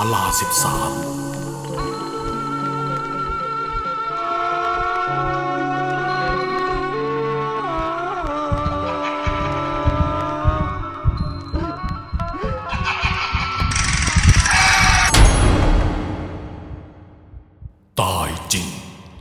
ลา13ตายจริง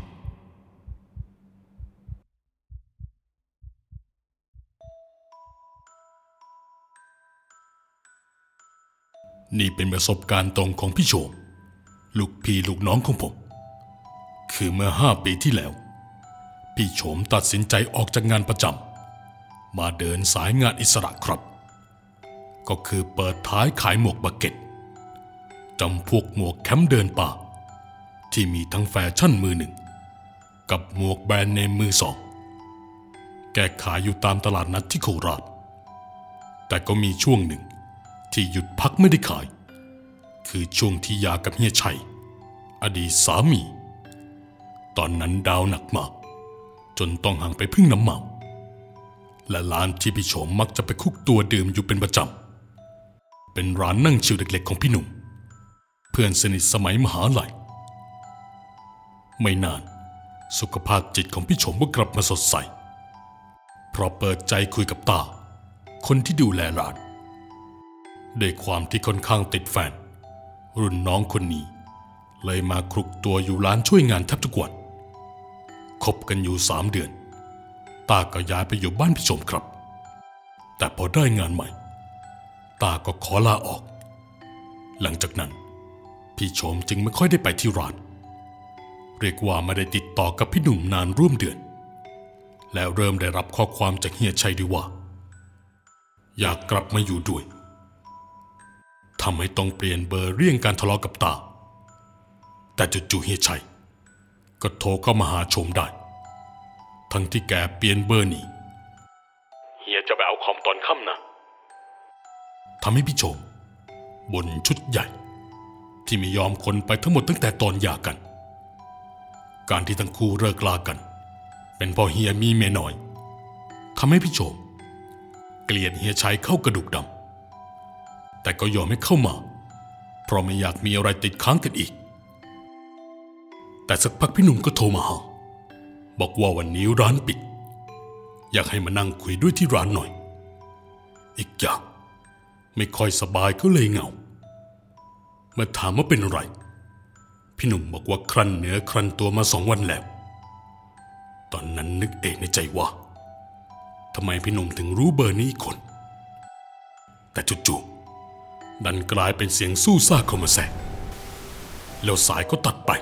นี่เป็นประสบการณ์ตรงของพี่โฉมลูกพี่ลูกน้องของผมคือเมื่อ5 ปีที่แล้วพี่โฉมตัดสินใจออกจากงานประจำมาเดินสายงานอิสระครับก็คือเปิดท้ายขายหมวกบักเก็ตจำพวกหมวกแคมป์เดินป่าที่มีทั้งแฟชั่นมือหนึ่งกับหมวกแบรนด์เนมมือสองแกขายอยู่ตามตลาดนัดที่โคราชแต่ก็มีช่วงหนึ่งที่หยุดพักไม่ได้ขายคือช่วงที่หย่ากับเฮียชัยอดีตสามีตอนนั้นดาวหนักมากจนต้องหันไปพึ่งน้ำเมาและร้านที่พี่โฉมมักจะไปคุกตัวดื่มอยู่เป็นประจำเป็นร้านนั่งชิลเล็กๆของพี่หนุ่มเพื่อนสนิทสมัยมหาลัยไม่นานสุขภาพจิตของพี่โฉมก็กลับมาสดใสเพราะเปิดใจคุยกับตาคนที่ดูแลร้านด้วยความที่ค่อนข้างติดแฟนรุ่นน้องคนนี้เลยมาคลุกตัวอยู่ร้านช่วยงานแทบทุกวันคบกันอยู่3 เดือนตาก็ย้ายไปอยู่บ้านพี่โฉมครับแต่พอได้งานใหม่ตาก็ขอลาออกหลังจากนั้นพี่โฉมจึงไม่ค่อยได้ไปที่ร้านเรียกว่าไม่ได้ติดต่อกับพี่หนุ่มนานร่วมเดือนแล้วเริ่มได้รับข้อความจากเฮียชัยด้วยว่าอยากกลับมาอยู่ด้วยทำให้ต้องเปลี่ยนเบอร์เลี่ยงการทะเลาะกับตาแต่จู่ๆเฮียชัยก็โทรเข้ามาหาโฉมได้ทั้งที่แกเปลี่ยนเบอร์หนีเฮียจะไปเอาคอมตอนค่ำนะทำให้พี่โฉมบ่นชุดใหญ่ที่ไม่ยอมคนไปทั้งหมดตั้งแต่ตอนหย่ากันการที่ทั้งคู่เลิกลากันเป็นเพราะเฮียมีเมียน้อยทำให้พี่โฉมเกลียดเฮียชัยเข้ากระดูกดำแต่ก็ยอมให้เข้ามาเพราะไม่อยากมีอะไรติดค้างกันอีกแต่สักพักพี่หนุ่มก็โทรมาหาบอกว่าวันนี้ร้านปิดอยากให้มานั่งคุยด้วยที่ร้านหน่อยอีกอย่างไม่ค่อยสบายก็เลยเหงาเมื่อถามว่าเป็นอะไรพี่หนุ่มบอกว่าครั่นเนื้อครั่นตัวมา2 วันแล้วตอนนั้นนึกเองในใจว่าทำไมพี่หนุ่มถึงรู้เบอร์นี้อีกคนแต่จู่ๆดันกลายเป็นเสียงสู้ซ่าเข้ามาแทรกแล้วสายก็ตัดไป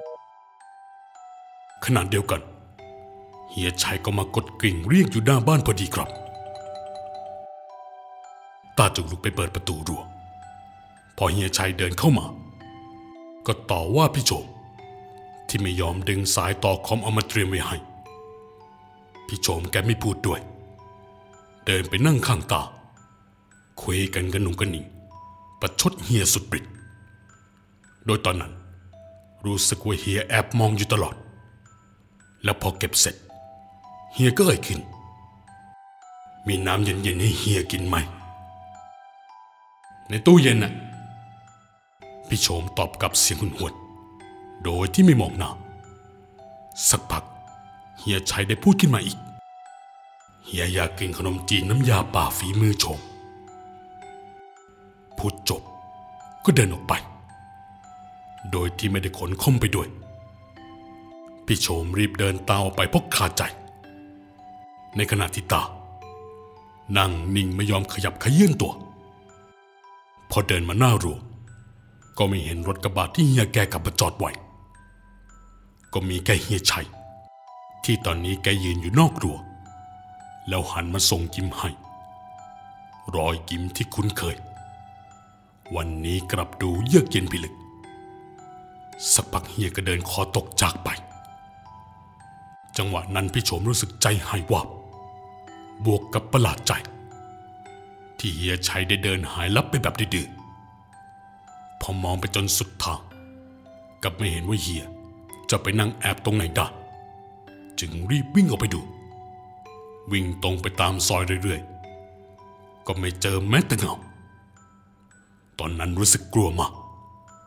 ขณะเดียวกันเฮียชัยก็มากดกริ่งเรียกอยู่หน้าบ้านพอดีครับตาจึงลุกไปเปิดประตูรัวพอเฮียชัยเดินเข้ามาก็ต่อว่าพี่โฉมที่ไม่ยอมดึงสายต่อคอมเอามาเตรียมไว้ให้พี่โฉมแกไม่พูดด้วยเดินไปนั่งข้างตาคุยกันกระหนุ่งกระหนิงประชดเฮียสุดฤทธิ์โดยตอนนั้นรู้สึกว่าเฮียแอบมองอยู่ตลอดแล้วพอเก็บเสร็จเฮียก็เอ่ยขึ้นมีน้ำเย็นๆให้เฮียกินไหมในตู้เย็นน่ะพี่โฉมตอบกลับเสียงหวนๆโดยที่ไม่มองหน้าสักพักเฮียชัยได้พูดขึ้นมาอีกเฮียอยากกินขนมจีนน้ำยาป่าฝีมือโฉมพูดจบก็เดินออกไปโดยที่ไม่ได้ขนข้อมไปด้วยพี่โฉมรีบเดินตามออกไปเพราะขาดใจในขณะที่ตานั่งนิ่งไม่ยอมขยับเขยื้อนตัวพอเดินมาหน้ารั้วก็ไม่เห็นรถกระบะที่เฮียแกขับมาจอดไว้ก็มีแค่เฮียชัยที่ตอนนี้แกยืนอยู่นอกรั้วแล้วหันมาส่งยิ้มให้รอยยิ้มที่คุ้นเคยวันนี้กลับดูเยือกเย็นพิลึกสักพักเฮียก็เดินคอตกจากไปจังหวะนั้นพี่โฉมรู้สึกใจหายวาบบวกกับประหลาดใจที่เฮียชัยได้เดินหายลับไปแบบดื้อพอมองไปจนสุดทางกลับไม่เห็นว่าเฮียจะไปนั่งแอบตรงไหนได้จึงรีบวิ่งออกไปดูวิ่งตรงไปตามซอยเรื่อยๆก็ไม่เจอแม้แต่เงาตอนนั้นรู้สึกกลัวมาก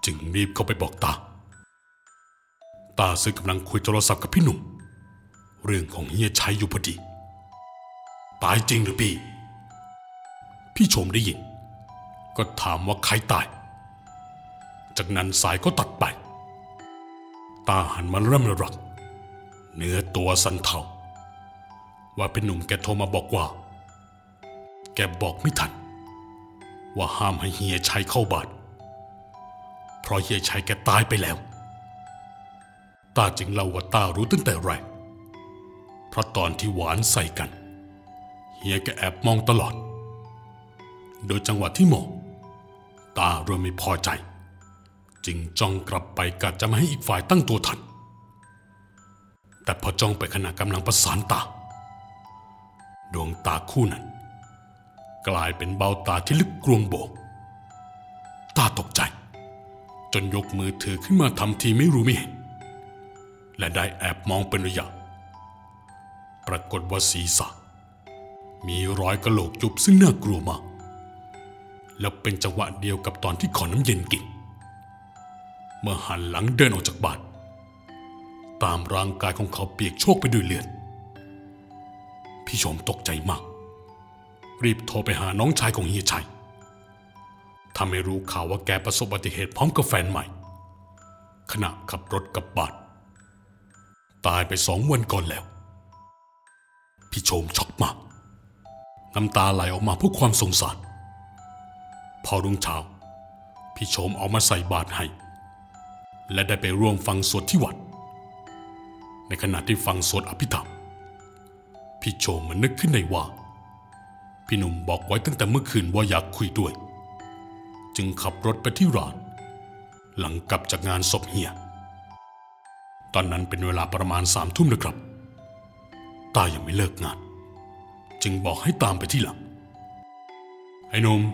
จึงรีบเข้าไปบอกตาซึ่งกำลังคุยโทรศัพท์กับพี่หนุ่มเรื่องของเฮียชัยอยู่พอดีตายจริงหรือพี่ชมได้ยินก็ถามว่าใครตายจากนั้นสายก็ตัดไปตาหันมาร่ำระรักเนื้อตัวสั่นเทาว่าเป็นหนุ่มแกโทรมาบอกว่าแกบอกไม่ทันว่าห้ามให้เฮียชัยเข้าบ้านเพราะเฮียชัยแกตายไปแล้วตาจึงเล่าว่าตารู้ตั้งแต่แรกเพราะตอนที่หวานใส่กันเฮียแกแอบมองตลอดโดยจังหวะที่มองตาเริ่มไม่พอใจจึงจ้องกลับไปกะจะไม่ให้อีกฝ่ายตั้งตัวทันแต่พอจ้องไปขณะกำลังประสานตาดวงตาคู่นั้นกลายเป็นเบ้าตาที่ลึกกลวงโบกตาตกใจจนยกมือถือขึ้นมาทำทีไม่รู้ไม่เห็นและได้แอบมองเป็นระยะปรากฏว่าศีรษะมีรอยกะโหลกยุบซึ่งน่ากลัวมากแล้วเป็นจังหวะเดียวกับตอนที่ขอน้ำเย็นกินเมื่อหันหลังเดินออกจากบ้านตามร่างกายของเขาเปียกโชกไปด้วยเลือดพี่ชมตกใจมากรีบโทรไปหาน้องชายของเฮียชัยทำให้รู้ข่าวว่าแกประสบอุบัติเหตุพร้อมกับแฟนใหม่ขณะขับรถกลับบ้านตายไป2 วันก่อนแล้วพี่ชมช็อกมากน้ำตาไหลออกมาเพราะความสงสารพอรุ่งเช้าพี่ชมเอามาใส่บาตรให้และได้ไปร่วมฟังสวดที่วัดในขณะที่ฟังสวดอภิธรรมพี่ชมมันนึกขึ้นได้ว่าพี่หนุ่มบอกไว้ตั้งแต่เมื่อคืนว่าอยากคุยด้วยจึงขับรถไปที่ร้านหลังกลับจากงานศพเฮียตอนนั้นเป็นเวลาประมาณ3 ทุ่มนะครับตายังไม่เลิกงานจึงบอกให้ตามไปที่หลังไอ้หนุ่ม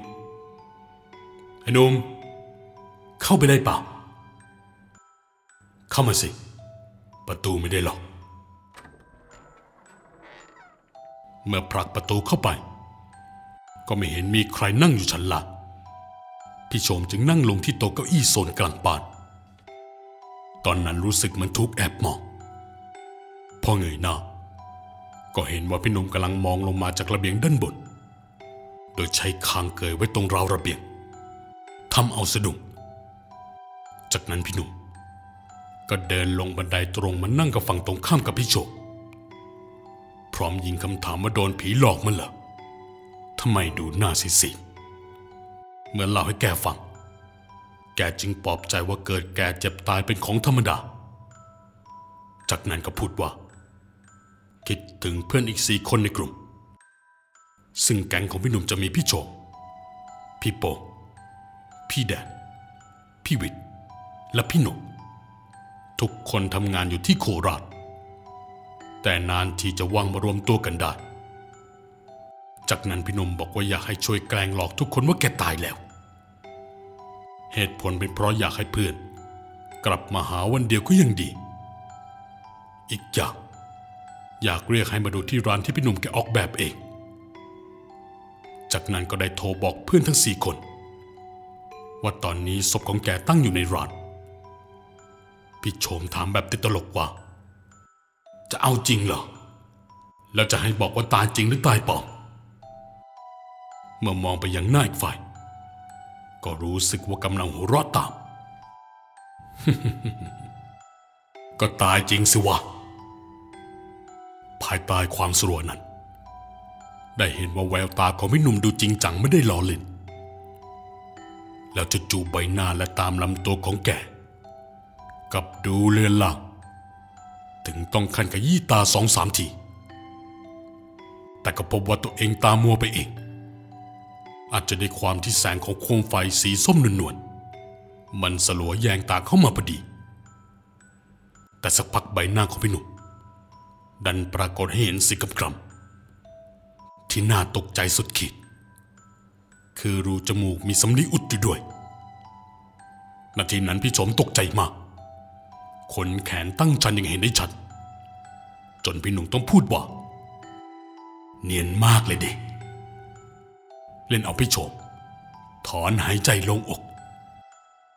เข้าไปได้เปล่าเข้ามาสิประตูไม่ได้ล็อกเมื่อผลักประตูเข้าไปก็ไม่เห็นมีใครนั่งอยู่ชั้นล่างพี่ชมจึงนั่งลงที่โต๊ะเก้าอี้โซนกลางบ้านตอนนั้นรู้สึกเหมือนถูกแอบมองพอเงยหน้าก็เห็นว่าพี่หนุ่มกำลังมองลงมาจากระเบียงด้านบนโดยใช้คางเกยไว้ตรงราวระเบียงทำเอาสะดุ้งจากนั้นพี่หนุ่มก็เดินลงบันไดตรงมานั่งกับฝั่งตรงข้ามกับพี่โชคพร้อมยิงคำถามว่าโดนผีหลอกมันเหรอทำไมดูหน้าซีดๆเมื่อเล่าให้แกฟังแกจึงปลอบใจว่าเกิดแกเจ็บตายเป็นของธรรมดาจากนั้นก็พูดว่าคิดถึงเพื่อนอีก4 คนในกลุ่มซึ่งแก๊งของพี่หนุ่มจะมีพี่โชคพี่โปพี่แดนพี่วิทย์และพี่หนุ่มทุกคนทำงานอยู่ที่โคราชแต่นานทีจะว่างมารวมตัวกันได้จากนั้นพี่หนุ่มบอกว่าอยากให้ช่วยแกล้งหลอกทุกคนว่าแกตายแล้วเหตุผลเป็นเพราะอยากให้เพื่อนกลับมาหาวันเดียวก็ยังดีอีกอย่างอยากเรียกให้มาดูที่ร้านที่พี่หนุ่มแกออกแบบเองจากนั้นก็ได้โทรบอกเพื่อนทั้ง4 คนว่าตอนนี้ศพของแกตั้งอยู่ในร้านพี่โฉมถามแบบติดตลกว่าจะเอาจริงเหรอแล้วจะให้บอกว่าตายจริงหรือตายปลอมเมื่อมองไปยังหน้าอีกฝ่ายก็รู้สึกว่ากำลังหัวเราะตาม ก็ตายจริงสิวะภายใต้ความสลัวนั้นได้เห็นว่าแววตาของพี่หนุ่มดูจริงจังไม่ได้ล้อเล่นแล้วจู่ๆใบหน้าและตามลำตัวของแกกับดูเลือนลางถึงต้องคันขยี้ตา2-3 ทีแต่ก็พบว่าตัวเองตามัวไปเองอาจจะได้ความที่แสงของโคมไฟสีส้มนวลๆมันสลัวแยงตาเข้ามาพอดีแต่สักพักใบหน้าของพี่หนุ่มดันปรากฏให้เห็นสีกำๆที่น่าตกใจสุดขีดคือรูจมูกมีสำลีอุดอยู่ด้วยนาทีนั้นพี่โฉมตกใจมากขนแขนตั้งชันยังเห็นได้ชัดจนพี่หนุ่มต้องพูดว่าเนียนมากเลยเด็กเล่นเอาพี่โฉมถอนหายใจลงอก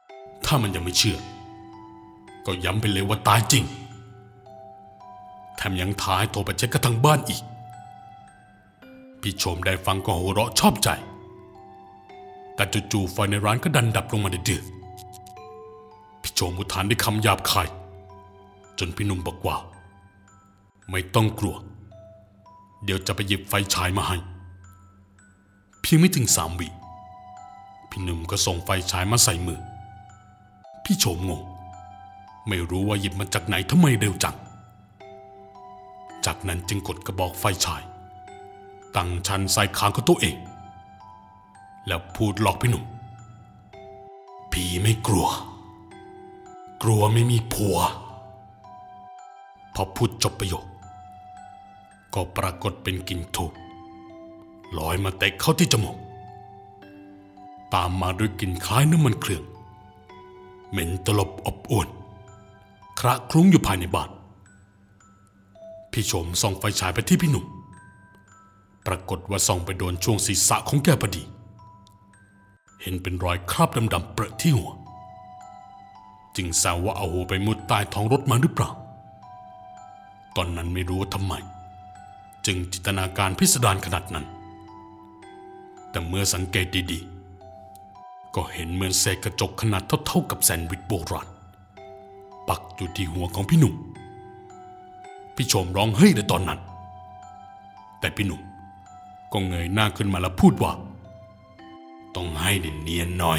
ถ้ามันยังไม่เชื่อก็ย้ำไปเลยว่าตายจริงแถมยังท้าให้โทรไปเช็คกันทั้งบ้านอีกพี่โฉมได้ฟังก็หัวเราะชอบใจแต่จู่ๆไฟในร้านก็ดันดับลงมาดื้อพี่โฉมอุทานด้วยคำหยาบคายจนพี่หนุ่มบอกว่าไม่ต้องกลัวเดี๋ยวจะไปหยิบไฟฉายมาให้เพียงไม่ถึง3 วิพี่หนุ่มก็ส่งไฟฉายมาใส่มือพี่โฉมงงไม่รู้ว่าหยิบมาจากไหนทำไมเร็วจังจากนั้นจึงกดกระบอกไฟฉายตั้งชันใส่คางของตัวเองแล้วพูดหลอกพี่หนุ่มผีไม่กลัวกลัวไม่มีผัวพอพูดจบประโยคก็ปรากฏเป็นกลิ่นธูปลอยมาเตะเข้าที่จมูกตามมาด้วยกลิ่นคล้ายน้ำมันเครื่องเหม็นตลบอบอวนคระคลุ้งอยู่ภายในบ้านพี่โฉมส่องไฟฉายไปที่พี่หนุ่มปรากฏว่าส่องไปโดนช่วงศีรษะของแกพอดีเห็นเป็นรอยคราบดำๆเปรอะที่หัวจึงแซวว่าเอาหัวไปมุดใต้ท้องรถมาหรือเปล่าตอนนั้นไม่รู้ว่าทำไมจึงจินตนาการพิสดารขนาดนั้นแต่เมื่อสังเกตดีๆก็เห็นเหมือนเศษกระจกขนาดเท่าๆกับแซนด์วิชโบราณปักอยู่ที่หัวของพี่หนุ่มพี่โฉมร้องเฮ้ยในตอนนั้นแต่พี่หนุ่มก็เงยหน้าขึ้นมาแล้วพูดว่าต้องให้เนียนๆหน่อย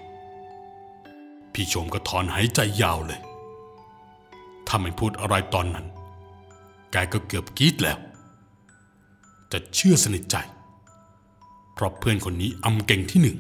พี่โฉมก็ถอนหายใจยาวเลยถ้าไม่พูดอะไรตอนนั้นแกก็เกือบกรี๊ดแล้วแต่เชื่อสนิทใจเพราะเพื่อนคนนี้อำเก่งที่หนึ่ง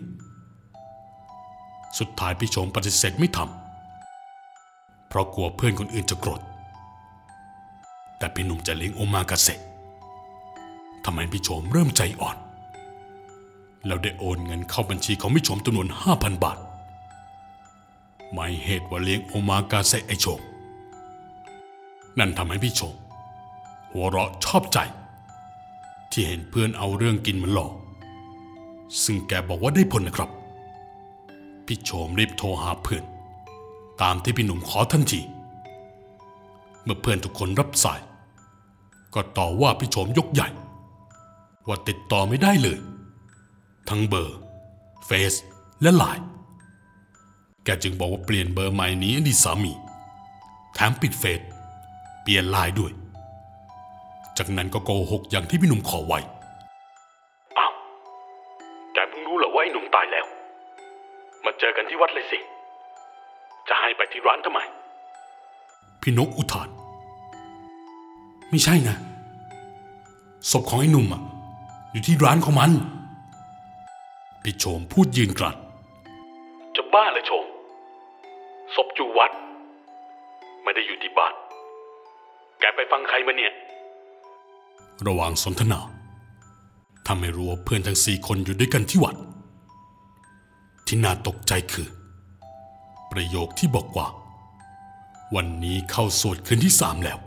สุดท้ายพี่โฉมปฏิเสธไม่ทำเพราะกลัวเพื่อนคนอื่นจะโกรธแต่พี่หนุ่มจะเลี้ยงโอมากาเสะทำให้พี่โฉมเริ่มใจอ่อนแล้วได้โอนเงินเข้าบัญชีของพี่โฉมจำนวน 5,000 บาทหมายเหตุว่าเลี้ยงโอมากาเสะไอโฉมนั่นทำให้พี่โฉมหัวเราะชอบใจที่เห็นเพื่อนเอาเรื่องกินมาหลอกซึ่งแกบอกว่าได้ผลนะครับพี่โฉมรีบโทรหาเพื่อนตามที่พี่หนุ่มขอทันทีเมื่อเพื่อนทุกคนรับสายก็ต่อว่าพี่โฉมยกใหญ่ว่าติดต่อไม่ได้เลยทั้งเบอร์เฟซและไลน์แกจึงบอกว่าเปลี่ยนเบอร์ใหม่นี้อดีตสามีแถมปิดเฟซเปลี่ยนไลน์ด้วยจากนั้นก็โกหกอย่างที่พี่หนุ่มขอไว้อ้าวแกเพิ่งรู้เหรอว่าไอ้หนุ่มตายแล้วมาเจอกันที่วัดเลยสิจะให้ไปที่ร้านทำไมพี่นกอุทานไม่ใช่นะศพของไอ้หนุ่มอยู่ที่ร้านของมันพี่โฉมพูดยืนกรันจะบ้าเลยโฉมศพอยู่วัดไม่ได้อยู่ที่บ้านแกไปฟังใครมาเนี่ยระหว่างสนทนาทำให้รู้ว่าเพื่อนทั้ง4 คนอยู่ด้วยกันที่วัดที่น่าตกใจคือประโยคที่บอกว่าวันนี้เข้าสวดคืนที่ 3แล้ว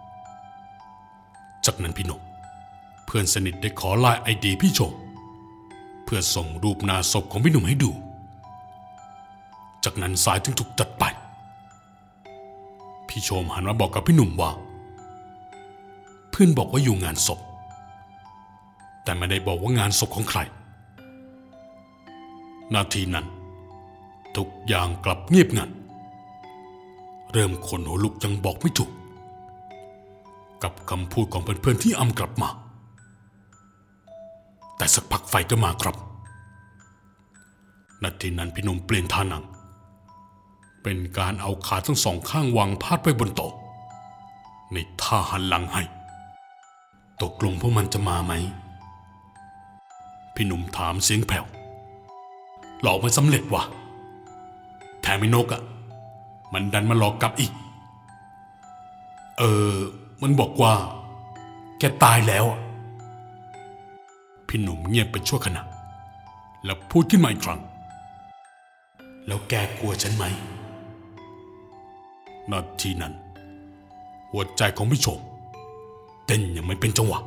จากนั้นพี่นกเพื่อนสนิทได้ขอไลน์ไอดีพี่โฉมเพื่อส่งรูปหน้าศพของพี่หนุ่มให้ดูจากนั้นสายจึงถูกตัดไปพี่โฉมหันมาบอกกับพี่หนุ่มว่าเพื่อนบอกว่าอยู่งานศพแต่ไม่ได้บอกว่างานศพของใครนาทีนั้นทุกอย่างกลับเงียบงันเริ่มขนหัวลุกยังบอกไม่ถูกกับคำพูดของเพื่อนๆที่อำกลับมาแต่สักพักไฟก็มาครับนาทีนั้นพี่หนุ่มเปลี่ยนท่านั่งเป็นการเอาขาทั้ง2 ข้างวางพาดไปบนโต๊ะในท่าหันหลังให้ตกลงพวกมันจะมาไหมพี่หนุ่มถามเสียงแผ่วหลอกไม่สำเร็จว่ะแถมไอ้นกมันดันมาหลอกกลับอีกมันบอกว่าแกตายแล้วพี่หนุ่มเงียบไปชั่วขณะแล้วพูดขึ้นมาอีกครั้งแล้วแกกลัวฉันไหมนาทีนั้นหัวใจของพี่โฉมเต้นยังไม่เป็นจังหวะ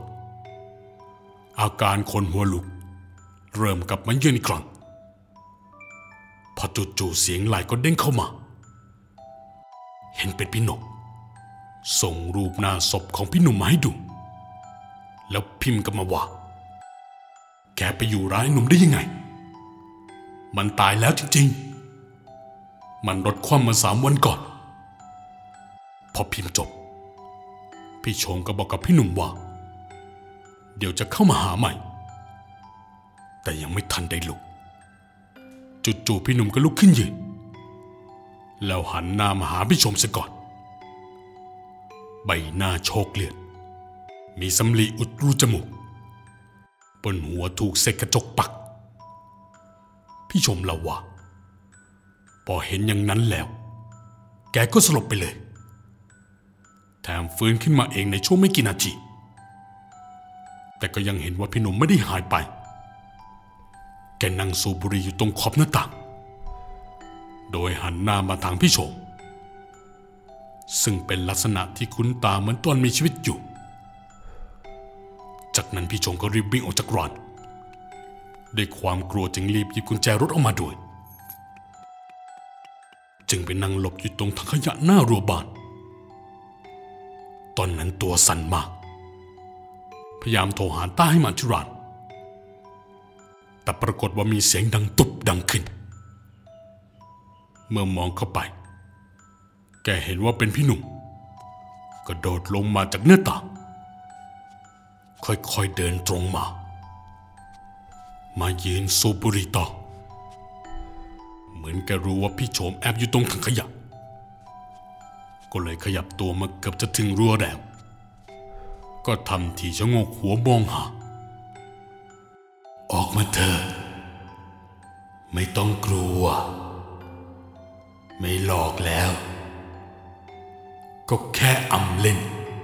อาการคนหัวลุกเริ่มกลับมาเยือนอีกครั้งพอจู่ๆเสียงไหลก็เด้งเข้ามาเห็นเป็นพี่นกส่งรูปหน้าศพของพี่หนุ่มมาให้ดูแล้วพิมพ์กลับมาว่าแกไปอยู่ร้านไอ้หนุ่มได้ยังไงมันตายแล้วจริงๆมันรถคว่ำมา3 วันก่อนพอพิมพ์จบพี่โฉมก็บอกกับพี่หนุ่มว่าเดี๋ยวจะเข้ามาหาใหม่แต่ยังไม่ทันได้ลุกจู่ๆพี่หนุ่มก็ลุกขึ้นยืนแล้วหันหน้ามาหาพี่โฉมซะก่อนใบหน้าโชกเลือดมีสำลีอุดรูจมูกบนหัวถูกเศษกระจกปักพี่โฉมเล่าว่าพอเห็นอย่างนั้นแล้วแกก็สลบไปเลยแถมฟื้นขึ้นมาเองในช่วงไม่กี่นาทีแต่ก็ยังเห็นว่าพี่หนุ่มไม่ได้หายไปแกนั่งสูบบุหรี่อยู่ตรงขอบหน้าต่างโดยหันหน้ามาทางพี่โฉมซึ่งเป็นลักษณะที่คุ้นตาเหมือนตอนมีชีวิตอยู่จากนั้นพี่โฉมก็รีบวิ่งออกจากร้านด้วยความกลัวจึงรีบหยิบกุญแจรถออกมาด้วยจึงไปนั่งหลบอยู่ตรงถังขยะหน้ารั้วบ้านตอนนั้นตัวสั่นมากพยายามโทรหาต้าให้มาที่ร้านแต่ปรากฏว่ามีเสียงดังตุบดังขึ้นเมื่อมองเข้าไปแกเห็นว่าเป็นพี่หนุ่มกระโดดลงมาจากหน้าต่างค่อยๆเดินตรงมายืนสูบบุหรี่ต่อเหมือนแกรู้ว่าพี่โฉมแอบอยู่ตรงถังขยะก็เลยขยับตัวมาเกือบจะถึงรั้วแล้วก็ทำทีชะโงกหัวมองหาออกมาเถอะไม่ต้องกลัวไม่หลอกแล้วก็แค่อำเล่น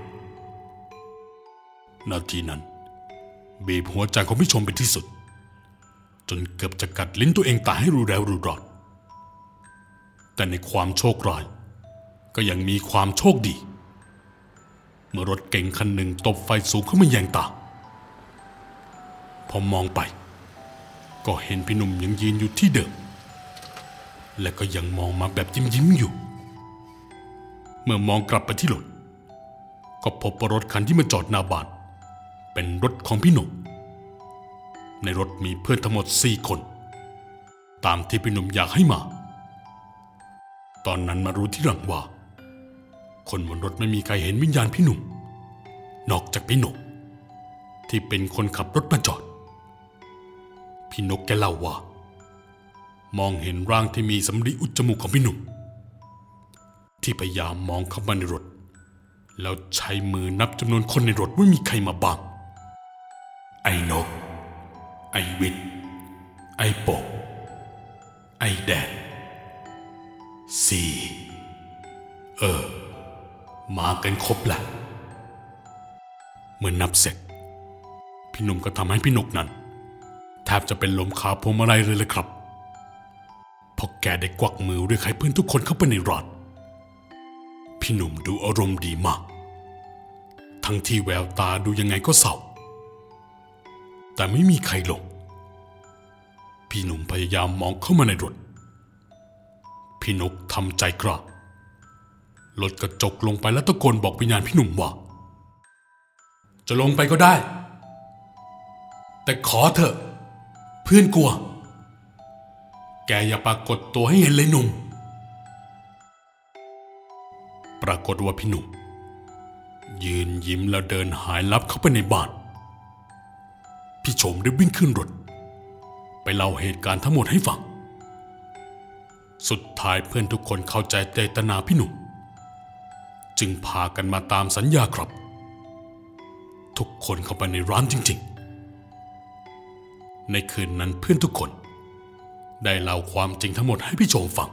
นาทีนั้นบีบหัวใจของพี่ชมเป็นที่สุดจนเกือบจะกัดลิ้นตัวเองตายให้รู้แล้วรู้รอดแต่ในความโชคร้ายก็ยังมีความโชคดีเมื่อรถเก๋งคันหนึ่งตบไฟสูงขึ้นมาแยงตาพอมองไปก็เห็นพี่หนุ่มยังยืนอยู่ที่เดิมและก็ยังมองมาแบบยิ้มอยู่เมื่อมองกลับไปที่รถก็พบว่ารถคันที่มาจอดหน้าบ้านเป็นรถของพี่หนุ่มในรถมีเพื่อนทั้งหมด4 คนตามที่พี่หนุ่มอยากให้มาตอนนั้นมารู้ที่หลังว่าคนบนรถไม่มีใครเห็นวิญญาณพี่หนุ่มนอกจากพี่นกที่เป็นคนขับรถมาจอดพี่นกแกเล่าว่ามองเห็นร่างที่มีสำลีอุดจมูกของพี่หนุ่มที่พยายามมองเข้ามาในรถแล้วใช้มือนับจำนวนคนในรถว่ามีใครมาบ้างไอ้นกไอ้วิทย์ไอ้ปกไอ้แดด4มากันครบแหละเมื่อนับเสร็จพี่หนุ่มก็ทำให้พี่นกนั้นแทบจะเป็นลมคาพวงมาลัยเลยครับพอแกได้กวักมือเรียกให้เพื่อนทุกคนเข้าไปในร้านพี่หนุ่มดูอารมณ์ดีมากทั้งที่แววตาดูยังไงก็เศร้าแต่ไม่มีใครลงพี่หนุ่มพยายามมองเข้ามาในรถพี่นกทำใจกล้าลดกระจกลงไปแล้วตะโกนบอกวิญญาณพี่หนุ่มว่าจะลงไปก็ได้แต่ขอเถอะเพื่อนกลัวแกอย่าปรากฏตัวให้เห็นเลยหนุ่มปรากฏว่าพี่หนุ่มยืนยิ้มแล้วเดินหายลับเข้าไปในบ้านพี่โฉมได้วิ่งขึ้นรถไปเล่าเหตุการณ์ทั้งหมดให้ฟังสุดท้ายเพื่อนทุกคนเข้าใจเจตนาพี่หนุ่มจึงพากันมาตามสัญญาครับทุกคนเข้าไปในร้านจริงๆในคืนนั้นเพื่อนทุกคนได้เล่าความจริงทั้งหมดให้พี่โฉมฟัง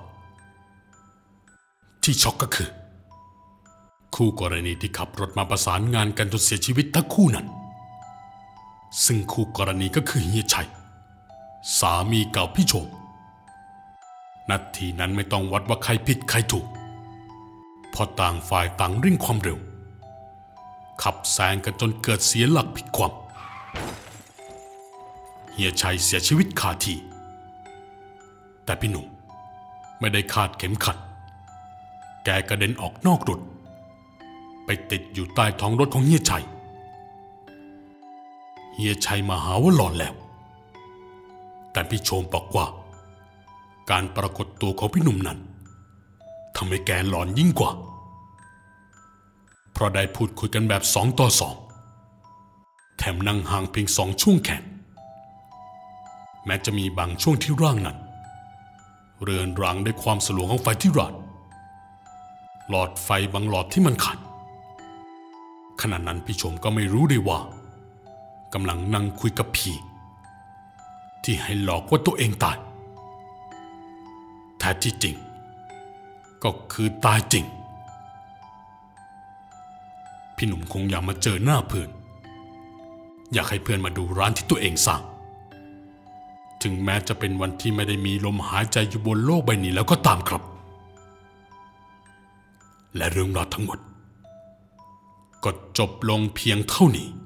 ที่ช็อกก็คือคู่กรณีที่ขับรถมาประสานงานกันจนเสียชีวิตทั้งคู่นั้นซึ่งคู่กรณีก็คือเฮียชัยสามีเก่าพี่โฉมนาทีนั้นไม่ต้องวัดว่าใครผิดใครถูกพอต่างฝ่ายต่างเร่งความเร็วขับแซงกันจนเกิดเสียหลักพลิกคว่ำเฮียชัยเสียชีวิตคาที่แต่พี่หนุ่มไม่ได้คาดเข็มขัดแกกระเด็นออกนอกรถไปติดอยู่ใต้ท้องรถของเฮียชัยมาหาว่าหลอนแล้วแต่พี่โชมบอกว่าการปรากฏตัวของพี่หนุ่มนั้นทำให้แกหลอนยิ่งกว่าเพราะได้พูดคุยกันแบบ2 ต่อ 2แถมนั่งห่างเพียง2 ช่วงแขนแม้จะมีบางช่วงที่ร่างนั้นเรือนรางด้วยความสลัวของไฟที่ราดหลอดไฟบางหลอดที่มันขาดขณะนั้นพี่ชมก็ไม่รู้ได้ว่ากำลังนั่งคุยกับผีที่ให้หลอกว่าตัวเองตายแท้ที่จริงก็คือตายจริงพี่หนุ่มคงอยากมาเจอหน้าเพื่อนอยากให้เพื่อนมาดูร้านที่ตัวเองสร้างถึงแม้จะเป็นวันที่ไม่ได้มีลมหายใจอยู่บนโลกใบนี้แล้วก็ตามครับและเรื่องราวทั้งหมดก็จบลงเพียงเท่านี้